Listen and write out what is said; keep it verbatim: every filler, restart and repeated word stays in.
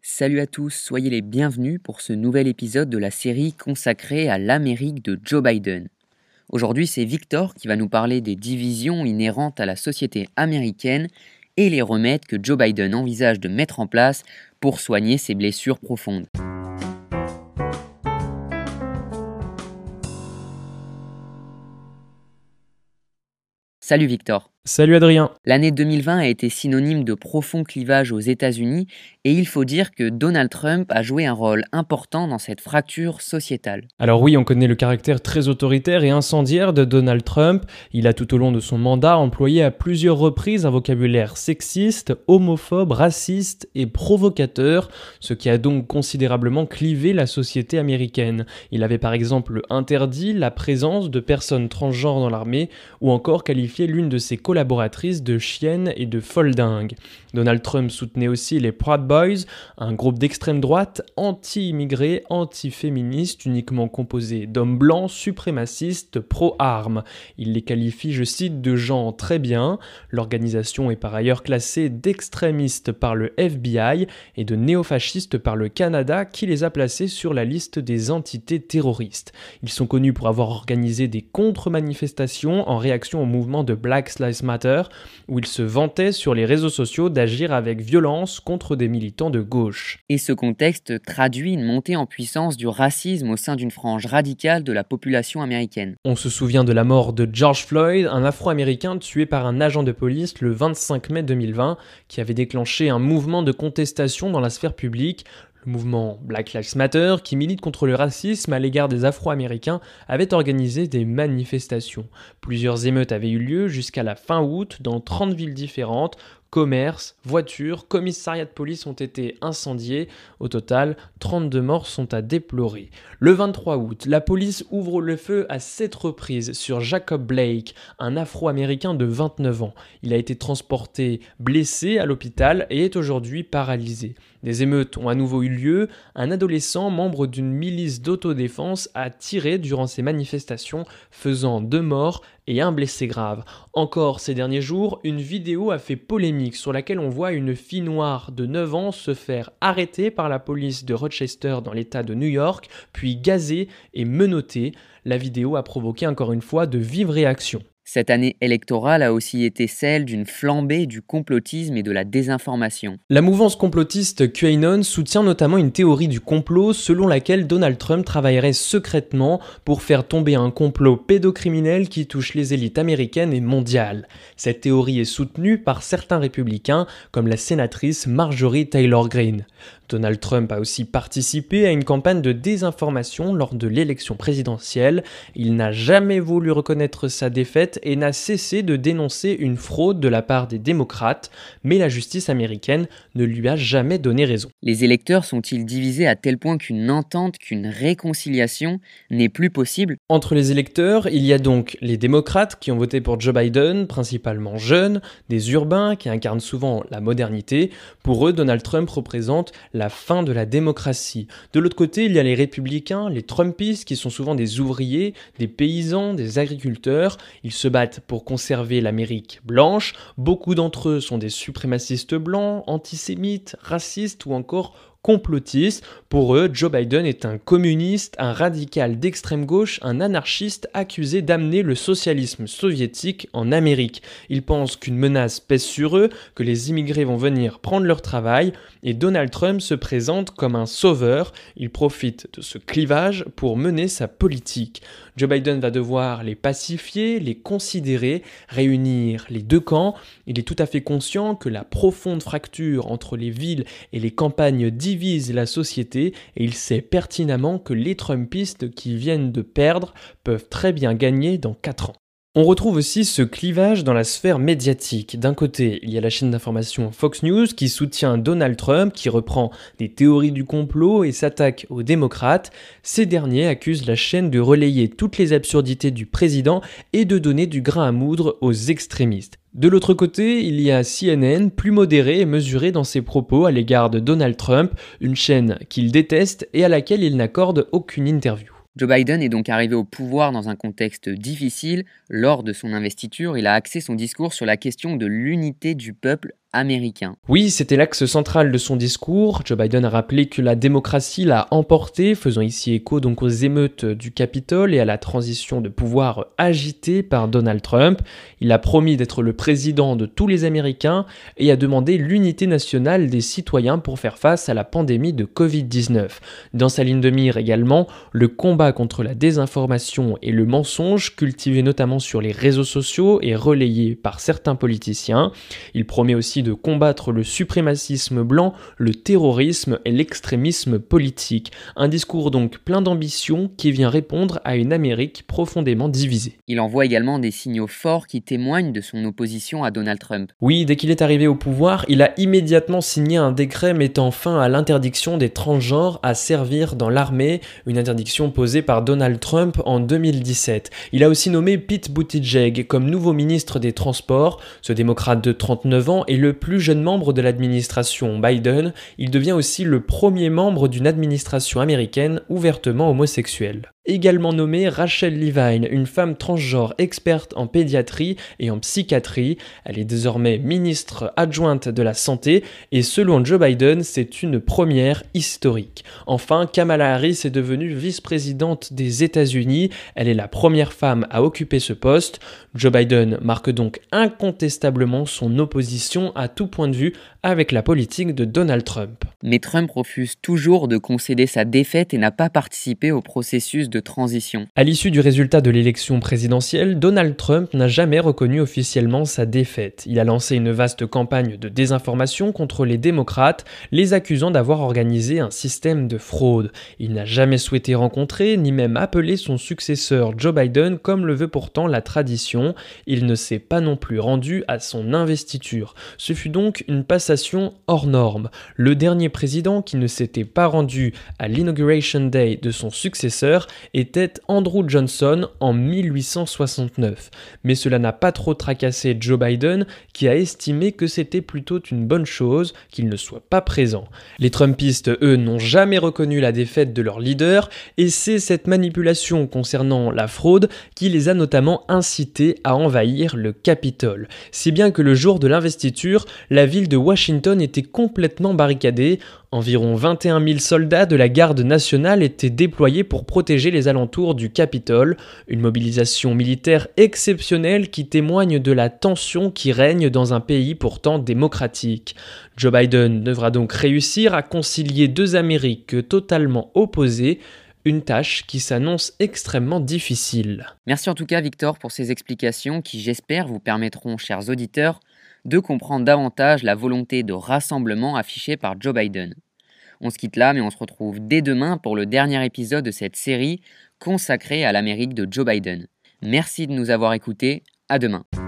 Salut à tous, soyez les bienvenus pour ce nouvel épisode de la série consacrée à l'Amérique de Joe Biden. Aujourd'hui, c'est Victor qui va nous parler des divisions inhérentes à la société américaine et les remèdes que Joe Biden envisage de mettre en place pour soigner ses blessures profondes. Salut Victor. Salut Adrien. L'année deux mille vingt a été synonyme de profond clivage aux États-Unis et il faut dire que Donald Trump a joué un rôle important dans cette fracture sociétale. Alors oui, on connaît le caractère très autoritaire et incendiaire de Donald Trump. Il a tout au long de son mandat employé à plusieurs reprises un vocabulaire sexiste, homophobe, raciste et provocateur, ce qui a donc considérablement clivé la société américaine. Il avait par exemple interdit la présence de personnes transgenres dans l'armée ou encore qualifié l'une de ses collaboratrices de chienne et de folle dingue. Donald Trump soutenait aussi les Proud Boys, un groupe d'extrême droite anti-immigrés, anti-féministes, uniquement composé d'hommes blancs suprémacistes pro-armes. Il les qualifie, je cite, de gens très bien. L'organisation est par ailleurs classée d'extrémistes par le F B I et de néofascistes par le Canada, qui les a placés sur la liste des entités terroristes. Ils sont connus pour avoir organisé des contre-manifestations en réaction au mouvement de Black Lives Matter, où ils se vantaient sur les réseaux sociaux d'agir avec violence contre des militants de gauche. Et ce contexte traduit une montée en puissance du racisme au sein d'une frange radicale de la population américaine. On se souvient de la mort de George Floyd, un Afro-Américain tué par un agent de police le vingt-cinq mai deux mille vingt, qui avait déclenché un mouvement de contestation dans la sphère publique. Le mouvement Black Lives Matter, qui milite contre le racisme à l'égard des Afro-Américains, avait organisé des manifestations. Plusieurs émeutes avaient eu lieu jusqu'à la fin août dans trente villes différentes. Commerces, voitures, commissariats de police ont été incendiés. Au total, trente-deux morts sont à déplorer. Le vingt-trois août, la police ouvre le feu à sept reprises sur Jacob Blake, un Afro-Américain de vingt-neuf ans. Il a été transporté blessé à l'hôpital et est aujourd'hui paralysé. Des émeutes ont à nouveau eu lieu. Un adolescent, membre d'une milice d'autodéfense, a tiré durant ces manifestations, faisant deux morts et un blessé grave. Encore ces derniers jours, une vidéo a fait polémique sur laquelle on voit une fille noire de neuf ans se faire arrêter par la police de Rochester dans l'état de New York, puis gazée et menottée. La vidéo a provoqué encore une fois de vives réactions. Cette année électorale a aussi été celle d'une flambée du complotisme et de la désinformation. La mouvance complotiste QAnon soutient notamment une théorie du complot selon laquelle Donald Trump travaillerait secrètement pour faire tomber un complot pédocriminel qui touche les élites américaines et mondiales. Cette théorie est soutenue par certains républicains comme la sénatrice Marjorie Taylor Greene. Donald Trump a aussi participé à une campagne de désinformation lors de l'élection présidentielle. Il n'a jamais voulu reconnaître sa défaite et n'a cessé de dénoncer une fraude de la part des démocrates, mais la justice américaine ne lui a jamais donné raison. Les électeurs sont-ils divisés à tel point qu'une entente, qu'une réconciliation n'est plus possible ? Entre les électeurs, il y a donc les démocrates qui ont voté pour Joe Biden, principalement jeunes, des urbains qui incarnent souvent la modernité. Pour eux, Donald Trump représente la fin de la démocratie. De l'autre côté, il y a les républicains, les Trumpistes, qui sont souvent des ouvriers, des paysans, des agriculteurs. Ils se battent pour conserver l'Amérique blanche. Beaucoup d'entre eux sont des suprémacistes blancs, antisémites, racistes ou encore complotistes. Pour eux, Joe Biden est un communiste, un radical d'extrême gauche, un anarchiste accusé d'amener le socialisme soviétique en Amérique. Ils pensent qu'une menace pèse sur eux, que les immigrés vont venir prendre leur travail, et Donald Trump se présente comme un sauveur. Il profite de ce clivage pour mener sa politique. Joe Biden va devoir les pacifier, les considérer, réunir les deux camps. Il est tout à fait conscient que la profonde fracture entre les villes et les campagnes divise la société et il sait pertinemment que les Trumpistes qui viennent de perdre peuvent très bien gagner dans quatre ans. On retrouve aussi ce clivage dans la sphère médiatique. D'un côté, il y a la chaîne d'information Fox News qui soutient Donald Trump, qui reprend des théories du complot et s'attaque aux démocrates. Ces derniers accusent la chaîne de relayer toutes les absurdités du président et de donner du grain à moudre aux extrémistes. De l'autre côté, il y a C N N, plus modéré et mesuré dans ses propos à l'égard de Donald Trump, une chaîne qu'il déteste et à laquelle il n'accorde aucune interview. Joe Biden est donc arrivé au pouvoir dans un contexte difficile. Lors de son investiture, il a axé son discours sur la question de l'unité du peuple américain. Oui, c'était l'axe central de son discours. Joe Biden a rappelé que la démocratie l'a emporté, faisant ici écho donc aux émeutes du Capitole et à la transition de pouvoir agitée par Donald Trump. Il a promis d'être le président de tous les Américains et a demandé l'unité nationale des citoyens pour faire face à la pandémie de covid dix-neuf. Dans sa ligne de mire également, le combat contre la désinformation et le mensonge, cultivé notamment sur les réseaux sociaux et relayé par certains politiciens. Il promet aussi de combattre le suprémacisme blanc, le terrorisme et l'extrémisme politique. Un discours donc plein d'ambition qui vient répondre à une Amérique profondément divisée. Il envoie également des signaux forts qui témoignent de son opposition à Donald Trump. Oui, dès qu'il est arrivé au pouvoir, il a immédiatement signé un décret mettant fin à l'interdiction des transgenres à servir dans l'armée, une interdiction posée par Donald Trump en deux mille dix-sept. Il a aussi nommé Pete Buttigieg comme nouveau ministre des Transports. Ce démocrate de trente-neuf ans est le plus jeune membre de l'administration Biden. Il devient aussi le premier membre d'une administration américaine ouvertement homosexuelle. Également nommée Rachel Levine, une femme transgenre experte en pédiatrie et en psychiatrie. Elle est désormais ministre adjointe de la Santé et selon Joe Biden, c'est une première historique. Enfin, Kamala Harris est devenue vice-présidente des États-Unis. Elle est la première femme à occuper ce poste. Joe Biden marque donc incontestablement son opposition à tout point de vue avec la politique de Donald Trump. Mais Trump refuse toujours de concéder sa défaite et n'a pas participé au processus de transition. À l'issue du résultat de l'élection présidentielle, Donald Trump n'a jamais reconnu officiellement sa défaite. Il a lancé une vaste campagne de désinformation contre les démocrates, les accusant d'avoir organisé un système de fraude. Il n'a jamais souhaité rencontrer, ni même appeler son successeur Joe Biden comme le veut pourtant la tradition. Il ne s'est pas non plus rendu à son investiture. Ce fut donc une passation hors norme. Le dernier président qui ne s'était pas rendu à l'Inauguration Day de son successeur était Andrew Johnson en mille huit cent soixante-neuf. Mais cela n'a pas trop tracassé Joe Biden qui a estimé que c'était plutôt une bonne chose qu'il ne soit pas présent. Les Trumpistes, eux, n'ont jamais reconnu la défaite de leur leader et c'est cette manipulation concernant la fraude qui les a notamment incités à envahir le Capitole. Si bien que le jour de l'investiture, la ville de Washington était complètement barricadée. Environ vingt et un mille soldats de la garde nationale étaient déployés pour protéger les alentours du Capitole, une mobilisation militaire exceptionnelle qui témoigne de la tension qui règne dans un pays pourtant démocratique. Joe Biden devra donc réussir à concilier deux Amériques totalement opposées, une tâche qui s'annonce extrêmement difficile. Merci en tout cas Victor pour ces explications qui j'espère vous permettront, chers auditeurs, de comprendre davantage la volonté de rassemblement affichée par Joe Biden. On se quitte là, mais on se retrouve dès demain pour le dernier épisode de cette série consacrée à l'Amérique de Joe Biden. Merci de nous avoir écoutés, à demain.